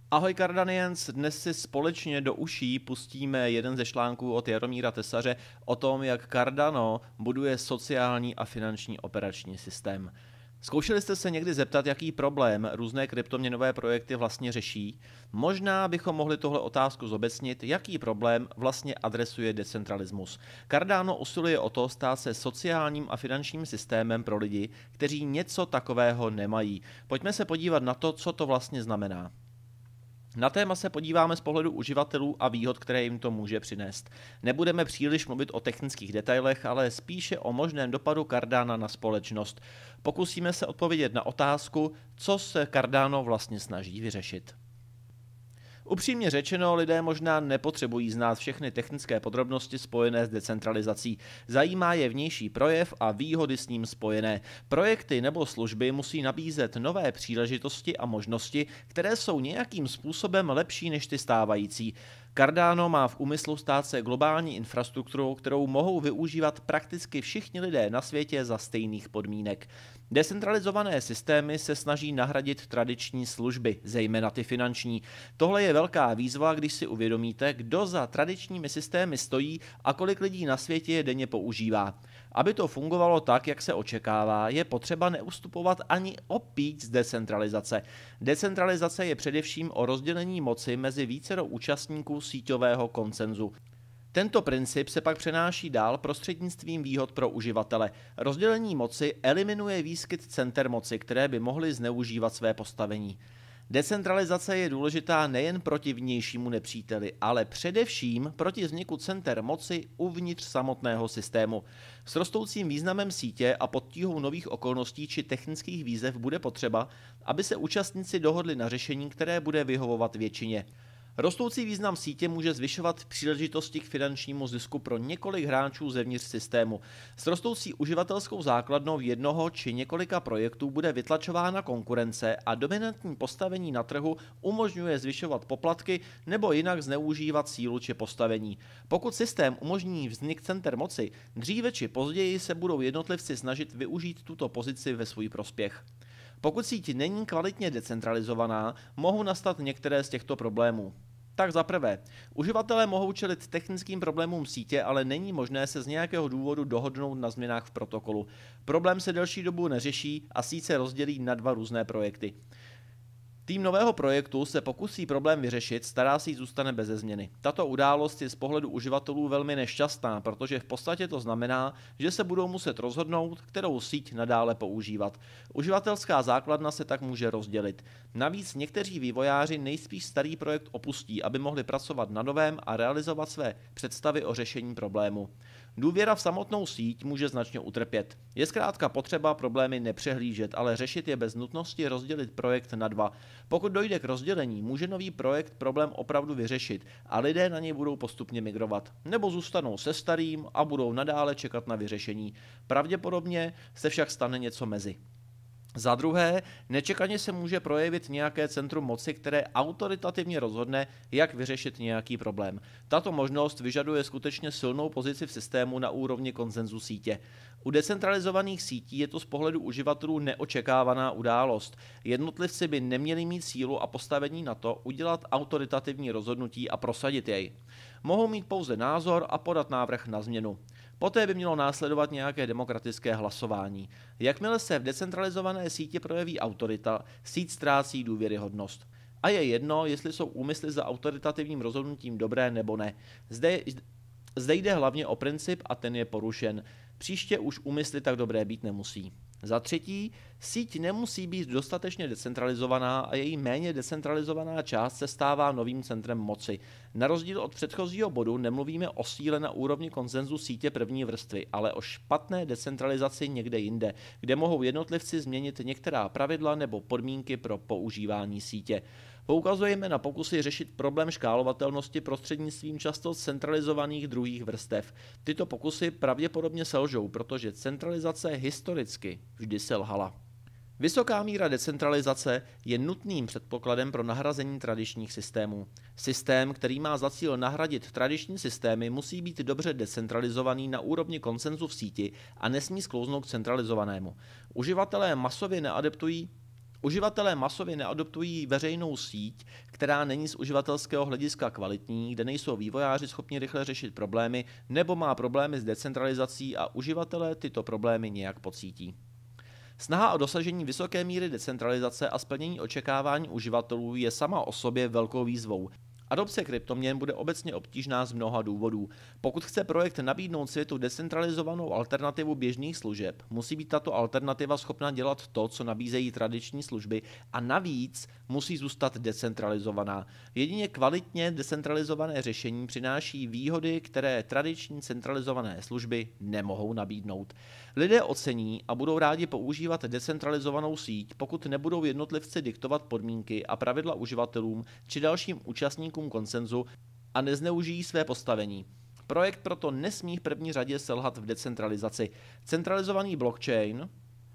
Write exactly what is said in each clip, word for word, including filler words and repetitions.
Ahoj Cardanians, dnes si společně do uší pustíme jeden ze článků od Jaromíra Tesaře o tom, jak Cardano buduje sociální a finanční operační systém. Zkoušeli jste se někdy zeptat, jaký problém různé kryptoměnové projekty vlastně řeší? Možná bychom mohli tohle otázku zobecnit, jaký problém vlastně adresuje decentralismus. Cardano usiluje o to stát se sociálním a finančním systémem pro lidi, kteří něco takového nemají. Pojďme se podívat na to, co to vlastně znamená. Na téma se podíváme z pohledu uživatelů a výhod, které jim to může přinést. Nebudeme příliš mluvit o technických detailech, ale spíše o možném dopadu Cardana na společnost. Pokusíme se odpovědět na otázku, co se Cardano vlastně snaží vyřešit. Upřímně řečeno, lidé možná nepotřebují znát všechny technické podrobnosti spojené s decentralizací. Zajímá je vnější projev a výhody s ním spojené. Projekty nebo služby musí nabízet nové příležitosti a možnosti, které jsou nějakým způsobem lepší než ty stávající. Cardano má v úmyslu stát se globální infrastrukturou, kterou mohou využívat prakticky všichni lidé na světě za stejných podmínek. Decentralizované systémy se snaží nahradit tradiční služby, zejména ty finanční. Tohle je velká výzva, když si uvědomíte, kdo za tradičními systémy stojí a kolik lidí na světě je denně používá. Aby to fungovalo tak, jak se očekává, je potřeba neustupovat ani o píď z decentralizace. Decentralizace je především o rozdělení moci mezi vícero účastníků síťového konsenzu. Tento princip se pak přenáší dál prostřednictvím výhod pro uživatele. Rozdělení moci eliminuje výskyt center moci, které by mohly zneužívat své postavení. Decentralizace je důležitá nejen proti vnějšímu nepříteli, ale především proti vzniku center moci uvnitř samotného systému. S rostoucím významem sítě a pod tíhou nových okolností či technických výzev bude potřeba, aby se účastníci dohodli na řešení, které bude vyhovovat většině. Rostoucí význam sítě může zvyšovat příležitosti k finančnímu zisku pro několik hráčů zevnitř systému. S rostoucí uživatelskou základnou jednoho či několika projektů bude vytlačována konkurence a dominantní postavení na trhu umožňuje zvyšovat poplatky nebo jinak zneužívat sílu či postavení. Pokud systém umožní vznik center moci, dříve či později se budou jednotlivci snažit využít tuto pozici ve svůj prospěch. Pokud síť není kvalitně decentralizovaná, mohou nastat některé z těchto problémů. Tak za prvé, uživatelé mohou čelit technickým problémům sítě, ale není možné se z nějakého důvodu dohodnout na změnách v protokolu. Problém se delší dobu neřeší a síť se rozdělí na dva různé projekty. Tým nového projektu se pokusí problém vyřešit, stará síť zůstane beze změny. Tato událost je z pohledu uživatelů velmi nešťastná, protože v podstatě to znamená, že se budou muset rozhodnout, kterou síť nadále používat. Uživatelská základna se tak může rozdělit. Navíc někteří vývojáři nejspíš starý projekt opustí, aby mohli pracovat na novém a realizovat své představy o řešení problému. Důvěra v samotnou síť může značně utrpět. Je zkrátka potřeba problémy nepřehlížet, ale řešit je bez nutnosti rozdělit projekt na dva. Pokud dojde k rozdělení, může nový projekt problém opravdu vyřešit a lidé na něj budou postupně migrovat. Nebo zůstanou se starým a budou nadále čekat na vyřešení. Pravděpodobně se však stane něco mezi. Za druhé, nečekaně se může projevit nějaké centrum moci, které autoritativně rozhodne, jak vyřešit nějaký problém. Tato možnost vyžaduje skutečně silnou pozici v systému na úrovni konsenzu sítě. U decentralizovaných sítí je to z pohledu uživatelů neočekávaná událost. Jednotlivci by neměli mít sílu a postavení na to udělat autoritativní rozhodnutí a prosadit jej. Mohou mít pouze názor a podat návrh na změnu. Poté by mělo následovat nějaké demokratické hlasování. Jakmile se v decentralizované síti projeví autorita, síť ztrácí důvěryhodnost. A je jedno, jestli jsou úmysly za autoritativním rozhodnutím dobré nebo ne. Zde, zde jde hlavně o princip a ten je porušen. Příště už úmysly tak dobré být nemusí. Za třetí, síť nemusí být dostatečně decentralizovaná a její méně decentralizovaná část se stává novým centrem moci. Na rozdíl od předchozího bodu nemluvíme o síle na úrovni konsenzu sítě první vrstvy, ale o špatné decentralizaci někde jinde, kde mohou jednotlivci změnit některá pravidla nebo podmínky pro používání sítě. Poukazujeme na pokusy řešit problém škálovatelnosti prostřednictvím často centralizovaných druhých vrstev. Tyto pokusy pravděpodobně selžou, protože centralizace historicky vždy selhala. Vysoká míra decentralizace je nutným předpokladem pro nahrazení tradičních systémů. Systém, který má za cíl nahradit tradiční systémy, musí být dobře decentralizovaný na úrovni konsenzu v síti a nesmí sklouznout k centralizovanému. Uživatelé masově neadaptují Uživatelé masově neadoptují veřejnou síť, která není z uživatelského hlediska kvalitní, kde nejsou vývojáři schopni rychle řešit problémy nebo má problémy s decentralizací a uživatelé tyto problémy nějak pocítí. Snaha o dosažení vysoké míry decentralizace a splnění očekávání uživatelů je sama o sobě velkou výzvou. Adopce kryptoměn bude obecně obtížná z mnoha důvodů. Pokud chce projekt nabídnout světu decentralizovanou alternativu běžných služeb, musí být tato alternativa schopna dělat to, co nabízejí tradiční služby, a navíc musí zůstat decentralizovaná. Jedině kvalitně decentralizované řešení přináší výhody, které tradiční centralizované služby nemohou nabídnout. Lidé ocení a budou rádi používat decentralizovanou síť, pokud nebudou jednotlivci diktovat podmínky a pravidla uživatelům či dalším účastníkům konsenzu a nezneužijí své postavení. Projekt proto nesmí v první řadě selhat v decentralizaci. Centralizovaný blockchain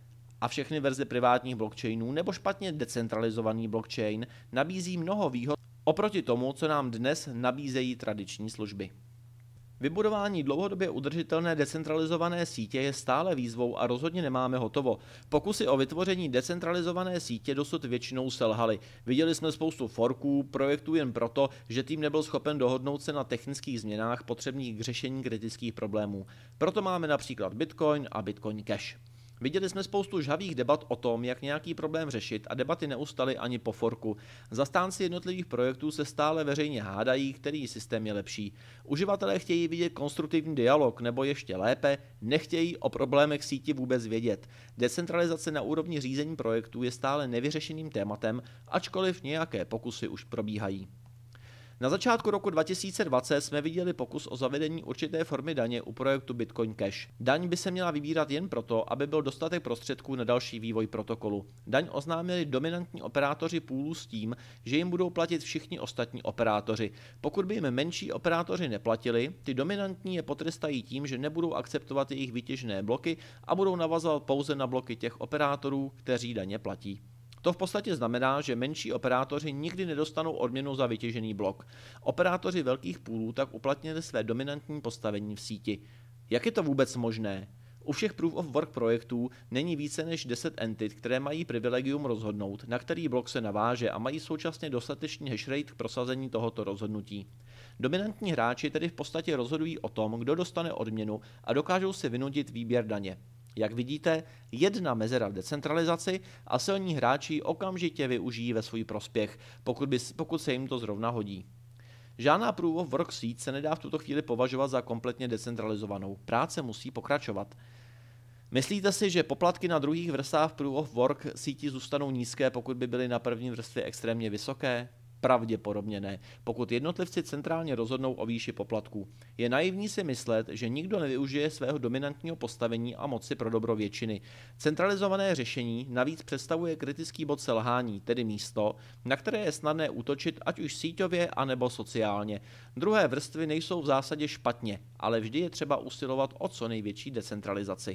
a všechny verze privátních blockchainů nebo špatně decentralizovaný blockchain nabízí mnoho výhod oproti tomu, co nám dnes nabízejí tradiční služby. Vybudování dlouhodobě udržitelné decentralizované sítě je stále výzvou a rozhodně nemáme hotovo. Pokusy o vytvoření decentralizované sítě dosud většinou selhaly. Viděli jsme spoustu forků, projektů jen proto, že tým nebyl schopen dohodnout se na technických změnách potřebných k řešení kritických problémů. Proto máme například Bitcoin a Bitcoin Cash. Viděli jsme spoustu žhavých debat o tom, jak nějaký problém řešit, a debaty neustaly ani po forku. Zastánci jednotlivých projektů se stále veřejně hádají, který systém je lepší. Uživatelé chtějí vidět konstruktivní dialog, nebo ještě lépe, nechtějí o problémech síti vůbec vědět. Decentralizace na úrovni řízení projektů je stále nevyřešeným tématem, ačkoliv nějaké pokusy už probíhají. Na začátku roku dva tisíce dvacet jsme viděli pokus o zavedení určité formy daně u projektu Bitcoin Cash. Daň by se měla vybírat jen proto, aby byl dostatek prostředků na další vývoj protokolu. Daň oznámili dominantní operátoři půlů s tím, že jim budou platit všichni ostatní operátoři. Pokud by jim menší operátoři neplatili, ty dominantní je potrestají tím, že nebudou akceptovat jejich vytěžené bloky a budou navazovat pouze na bloky těch operátorů, kteří daně platí. To v podstatě znamená, že menší operátoři nikdy nedostanou odměnu za vytěžený blok. Operátoři velkých půlů tak uplatnili své dominantní postavení v síti. Jak je to vůbec možné? U všech Proof of Work projektů není více než deset entit, které mají privilegium rozhodnout, na který blok se naváže, a mají současně dostatečný hashrate k prosazení tohoto rozhodnutí. Dominantní hráči tedy v podstatě rozhodují o tom, kdo dostane odměnu, a dokážou si vynutit výběr daně. Jak vidíte, jedna mezera v decentralizaci a silní hráči okamžitě využijí ve svůj prospěch, pokud, by, pokud se jim to zrovna hodí. Žádná Proof of Work síť se nedá v tuto chvíli považovat za kompletně decentralizovanou. Práce musí pokračovat. Myslíte si, že poplatky na druhých vrstvách Proof of Work síti zůstanou nízké, pokud by byly na první vrstvě extrémně vysoké? Pravděpodobně ne, pokud jednotlivci centrálně rozhodnou o výši poplatků. Je naivní si myslet, že nikdo nevyužije svého dominantního postavení a moci pro dobro většiny. Centralizované řešení navíc představuje kritický bod selhání, tedy místo, na které je snadné útočit ať už síťově anebo sociálně. Druhé vrstvy nejsou v zásadě špatně, ale vždy je třeba usilovat o co největší decentralizaci.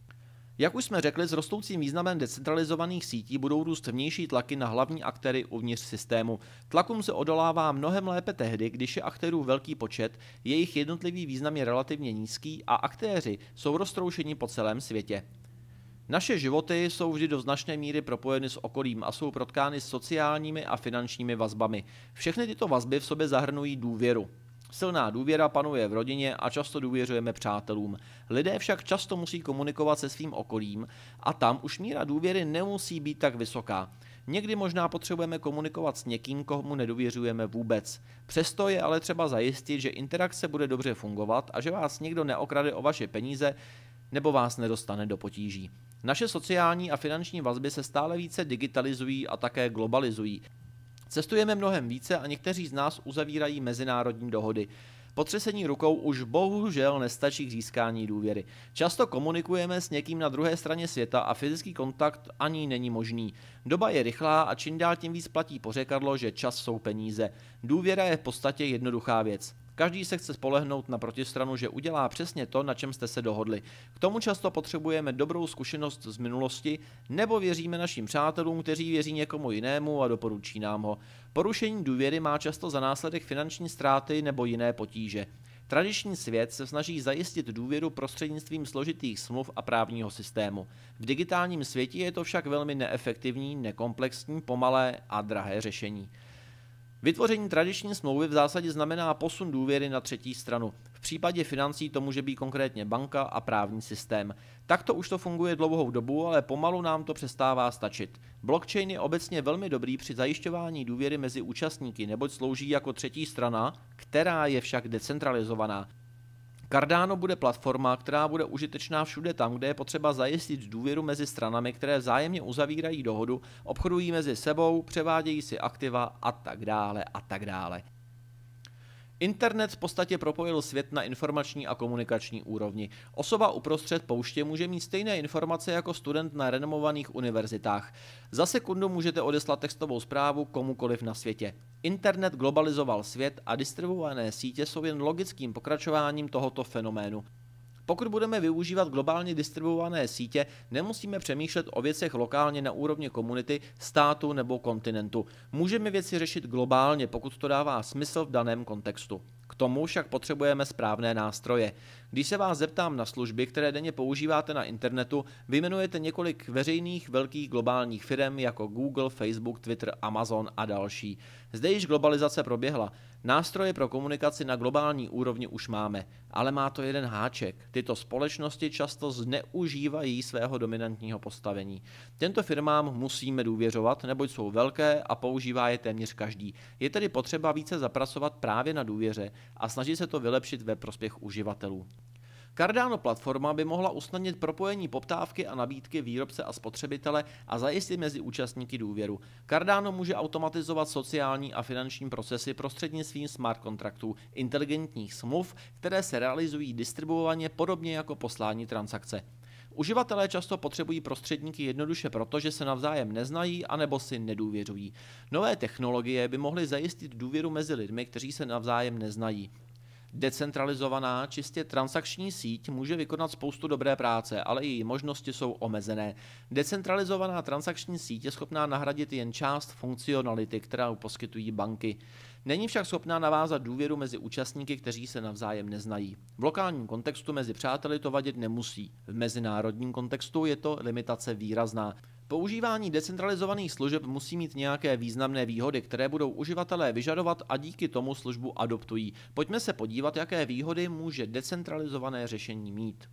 Jak už jsme řekli, s rostoucím významem decentralizovaných sítí budou růst vnější tlaky na hlavní aktéry uvnitř systému. Tlakům se odolává mnohem lépe tehdy, když je aktérů velký počet, jejich jednotlivý význam je relativně nízký a aktéři jsou roztroušeni po celém světě. Naše životy jsou vždy do značné míry propojeny s okolím a jsou protkány s sociálními a finančními vazbami. Všechny tyto vazby v sobě zahrnují důvěru. Silná důvěra panuje v rodině a často důvěřujeme přátelům. Lidé však často musí komunikovat se svým okolím a tam už míra důvěry nemusí být tak vysoká. Někdy možná potřebujeme komunikovat s někým, komu nedůvěřujeme vůbec. Přesto je ale třeba zajistit, že interakce bude dobře fungovat a že vás někdo neokrade o vaše peníze nebo vás nedostane do potíží. Naše sociální a finanční vazby se stále více digitalizují a také globalizují. Cestujeme mnohem více a někteří z nás uzavírají mezinárodní dohody. Potřesení rukou už bohužel nestačí k získání důvěry. Často komunikujeme s někým na druhé straně světa a fyzický kontakt ani není možný. Doba je rychlá a čím dál tím víc platí pořekadlo, že čas jsou peníze. Důvěra je v podstatě jednoduchá věc. Každý se chce spolehnout na protistranu, že udělá přesně to, na čem jste se dohodli. K tomu často potřebujeme dobrou zkušenost z minulosti, nebo věříme našim přátelům, kteří věří někomu jinému a doporučí nám ho. Porušení důvěry má často za následek finanční ztráty nebo jiné potíže. Tradiční svět se snaží zajistit důvěru prostřednictvím složitých smluv a právního systému. V digitálním světě je to však velmi neefektivní, nekomplexní, pomalé a drahé řešení. Vytvoření tradiční smlouvy v zásadě znamená posun důvěry na třetí stranu. V případě financí to může být konkrétně banka a právní systém. Takto už to funguje dlouhou dobu, ale pomalu nám to přestává stačit. Blockchain je obecně velmi dobrý při zajišťování důvěry mezi účastníky, neboť slouží jako třetí strana, která je však decentralizovaná. Cardano bude platforma, která bude užitečná všude tam, kde je potřeba zajistit důvěru mezi stranami, které vzájemně uzavírají dohodu, obchodují mezi sebou, převádějí si aktiva a tak dále a tak dále. Internet v podstatě propojil svět na informační a komunikační úrovni. Osoba uprostřed pouště může mít stejné informace jako student na renomovaných univerzitách. Za sekundu můžete odeslat textovou zprávu komukoliv na světě. Internet globalizoval svět a distribuované sítě jsou jen logickým pokračováním tohoto fenoménu. Pokud budeme využívat globálně distribuované sítě, nemusíme přemýšlet o věcech lokálně na úrovni komunity, státu nebo kontinentu. Můžeme věci řešit globálně, pokud to dává smysl v daném kontextu. K tomu však potřebujeme správné nástroje. Když se vás zeptám na služby, které denně používáte na internetu, vyjmenujete několik veřejných velkých globálních firm jako Google, Facebook, Twitter, Amazon a další. Zde již globalizace proběhla. Nástroje pro komunikaci na globální úrovni už máme, ale má to jeden háček. Tyto společnosti často zneužívají svého dominantního postavení. Těmto firmám musíme důvěřovat, neboť jsou velké a používá je téměř každý. Je tedy potřeba více zapracovat právě na důvěře a snažit se to vylepšit ve prospěch uživatelů. Cardano platforma by mohla usnadnit propojení poptávky a nabídky výrobce a spotřebitele a zajistit mezi účastníky důvěru. Cardano může automatizovat sociální a finanční procesy prostřednictvím smart kontraktů, inteligentních smluv, které se realizují distribuovaně podobně jako poslání transakce. Uživatelé často potřebují prostředníky jednoduše proto, že se navzájem neznají anebo si nedůvěřují. Nové technologie by mohly zajistit důvěru mezi lidmi, kteří se navzájem neznají. Decentralizovaná, čistě transakční síť může vykonat spoustu dobré práce, ale její možnosti jsou omezené. Decentralizovaná transakční síť je schopná nahradit jen část funkcionality, kterou poskytují banky. Není však schopná navázat důvěru mezi účastníky, kteří se navzájem neznají. V lokálním kontextu mezi přáteli to vadit nemusí. V mezinárodním kontextu je to limitace výrazná. Používání decentralizovaných služeb musí mít nějaké významné výhody, které budou uživatelé vyžadovat a díky tomu službu adoptují. Pojďme se podívat, jaké výhody může decentralizované řešení mít.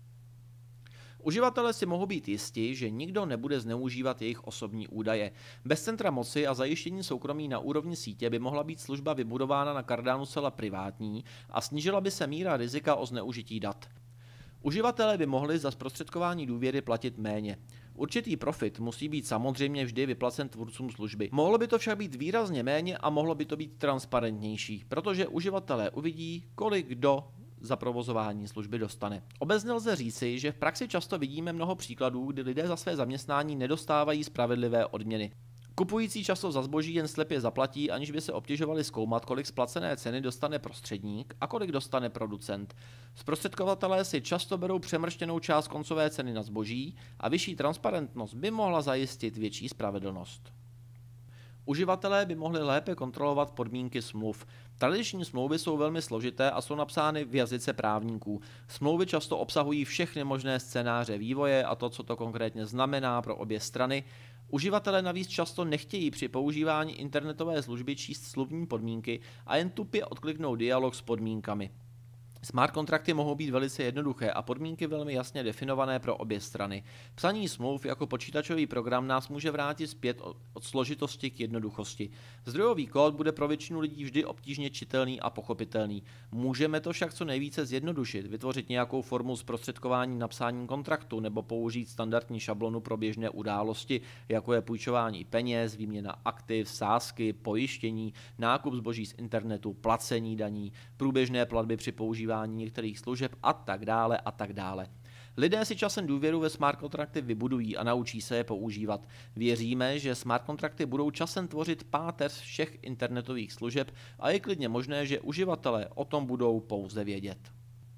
Uživatelé si mohou být jisti, že nikdo nebude zneužívat jejich osobní údaje. Bez centra moci a zajištění soukromí na úrovni sítě by mohla být služba vybudována na Cardanu zcela privátní a snížila by se míra rizika o zneužití dat. Uživatelé by mohli za zprostředkování důvěry platit méně. Určitý profit musí být samozřejmě vždy vyplacen tvůrcům služby. Mohlo by to však být výrazně méně a mohlo by to být transparentnější, protože uživatelé uvidí, kolik kdo za provozování služby dostane. Obecně lze říci, že v praxi často vidíme mnoho příkladů, kdy lidé za své zaměstnání nedostávají spravedlivé odměny. Kupující často za zboží jen slepě zaplatí, aniž by se obtěžovali zkoumat, kolik z placené ceny dostane prostředník a kolik dostane producent. Zprostředkovatelé si často berou přemrštěnou část koncové ceny na zboží a vyšší transparentnost by mohla zajistit větší spravedlnost. Uživatelé by mohli lépe kontrolovat podmínky smluv. Tradiční smlouvy jsou velmi složité a jsou napsány v jazyce právníků. Smlouvy často obsahují všechny možné scénáře vývoje a to, co to konkrétně znamená pro obě strany. Uživatelé navíc často nechtějí při používání internetové služby číst smluvní podmínky a jen tupě odkliknou dialog s podmínkami. Smart kontrakty mohou být velice jednoduché a podmínky velmi jasně definované pro obě strany. Psaní smluv jako počítačový program nás může vrátit zpět od složitosti k jednoduchosti. Zdrojový kód bude pro většinu lidí vždy obtížně čitelný a pochopitelný. Můžeme to však co nejvíce zjednodušit, vytvořit nějakou formu zprostředkování napsání kontraktu nebo použít standardní šablonu pro běžné události, jako je půjčování peněz, výměna aktiv, sázky, pojištění, nákup zboží z internetu, placení daní, průběžné platby při používání některých služeb a tak dále a tak dále. Lidé si časem důvěru ve smart kontrakty vybudují a naučí se je používat. Věříme, že smart kontrakty budou časem tvořit páteř všech internetových služeb a je klidně možné, že uživatelé o tom budou pouze vědět.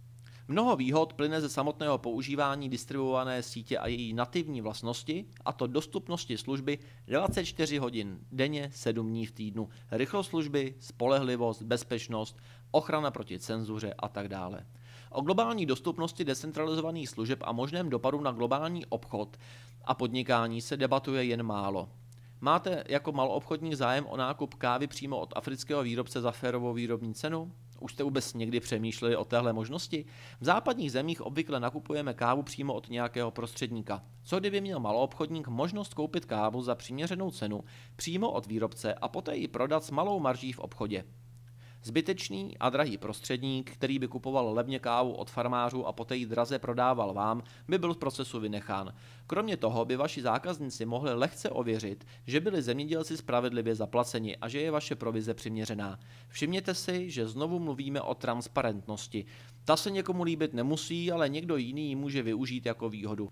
Mnoho výhod plyne ze samotného používání distribuované sítě a její nativní vlastnosti, a to dostupnosti služby dvacet čtyři hodin denně, sedm dní v týdnu, rychlost služby, spolehlivost, bezpečnost, ochrana proti cenzuře a tak dále. O globální dostupnosti decentralizovaných služeb a možném dopadu na globální obchod a podnikání se debatuje jen málo. Máte jako maloobchodník zájem o nákup kávy přímo od afrického výrobce za férovou výrobní cenu? Už jste vůbec někdy přemýšleli o téhle možnosti? V západních zemích obvykle nakupujeme kávu přímo od nějakého prostředníka. Co kdyby měl maloobchodník možnost koupit kávu za přiměřenou cenu přímo od výrobce a poté ji prodat s malou marží v obchodě? Zbytečný a drahý prostředník, který by kupoval levně kávu od farmářů a poté ji draze prodával vám, by byl v procesu vynechán. Kromě toho by vaši zákazníci mohli lehce ověřit, že byli zemědělci spravedlivě zaplaceni a že je vaše provize přiměřená. Všimněte si, že znovu mluvíme o transparentnosti. Ta se někomu líbit nemusí, ale někdo jiný ji může využít jako výhodu.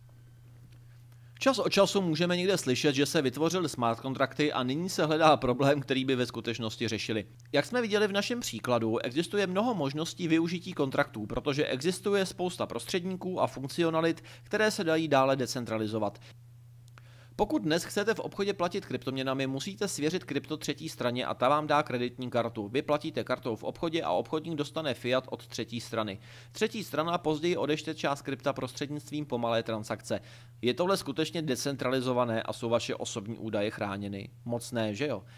Čas od času můžeme někde slyšet, že se vytvořily smart kontrakty a nyní se hledá problém, který by ve skutečnosti řešili. Jak jsme viděli v našem příkladu, existuje mnoho možností využití kontraktů, protože existuje spousta prostředníků a funkcionalit, které se dají dále decentralizovat. Pokud dnes chcete v obchodě platit kryptoměnami, musíte svěřit krypto třetí straně a ta vám dá kreditní kartu. Vy platíte kartou v obchodě a obchodník dostane fiat od třetí strany. Třetí strana později odečte část krypta prostřednictvím pomalé transakce. Je tohle skutečně decentralizované a jsou vaše osobní údaje chráněny? Moc ne, že jo?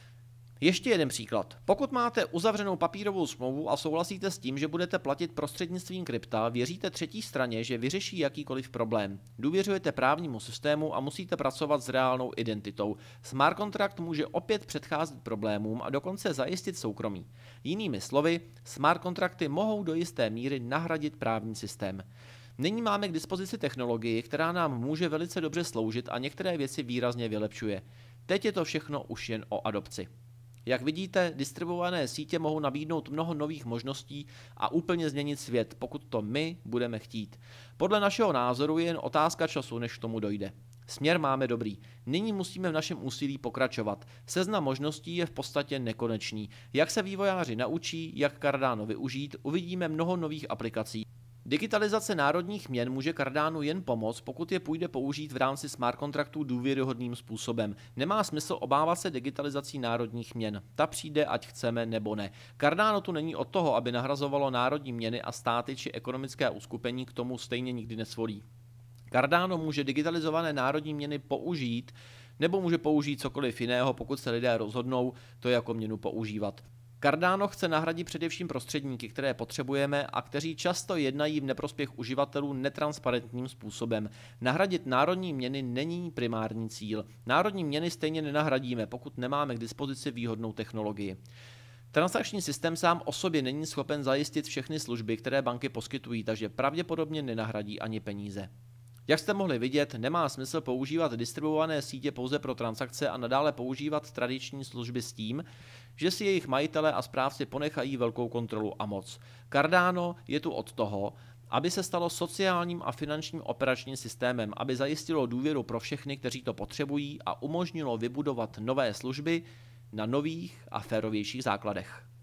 Ještě jeden příklad. Pokud máte uzavřenou papírovou smlouvu a souhlasíte s tím, že budete platit prostřednictvím krypta, věříte třetí straně, že vyřeší jakýkoliv problém. Důvěřujete právnímu systému a musíte pracovat s reálnou identitou. Smart contract může opět předcházet problémům a dokonce zajistit soukromí. Jinými slovy, smart kontrakty mohou do jisté míry nahradit právní systém. Nyní máme k dispozici technologii, která nám může velice dobře sloužit a některé věci výrazně vylepšuje. Teď je to všechno už jen o adopci. Jak vidíte, distribuované sítě mohou nabídnout mnoho nových možností a úplně změnit svět, pokud to my budeme chtít. Podle našeho názoru je jen otázka času, než k tomu dojde. Směr máme dobrý. Nyní musíme v našem úsilí pokračovat. Seznam možností je v podstatě nekonečný. Jak se vývojáři naučí, jak Cardano využít, uvidíme mnoho nových aplikací. Digitalizace národních měn může Cardano jen pomoct, pokud je půjde použít v rámci smart kontraktů důvěryhodným způsobem. Nemá smysl obávat se digitalizací národních měn. Ta přijde, ať chceme nebo ne. Cardano tu není od toho, aby nahrazovalo národní měny a státy či ekonomické uskupení k tomu stejně nikdy nesvolí. Cardano může digitalizované národní měny použít, nebo může použít cokoliv jiného, pokud se lidé rozhodnou to jako měnu používat. Cardano chce nahradit především prostředníky, které potřebujeme a kteří často jednají v neprospěch uživatelů netransparentním způsobem. Nahradit národní měny není primární cíl. Národní měny stejně nenahradíme, pokud nemáme k dispozici výhodnou technologii. Transakční systém sám o sobě není schopen zajistit všechny služby, které banky poskytují, takže pravděpodobně nenahradí ani peníze. Jak jste mohli vidět, nemá smysl používat distribuované sítě pouze pro transakce a nadále používat tradiční služby s tím, že si jejich majitele a správci ponechají velkou kontrolu a moc. Cardano je tu od toho, aby se stalo sociálním a finančním operačním systémem, aby zajistilo důvěru pro všechny, kteří to potřebují a umožnilo vybudovat nové služby na nových a férovějších základech.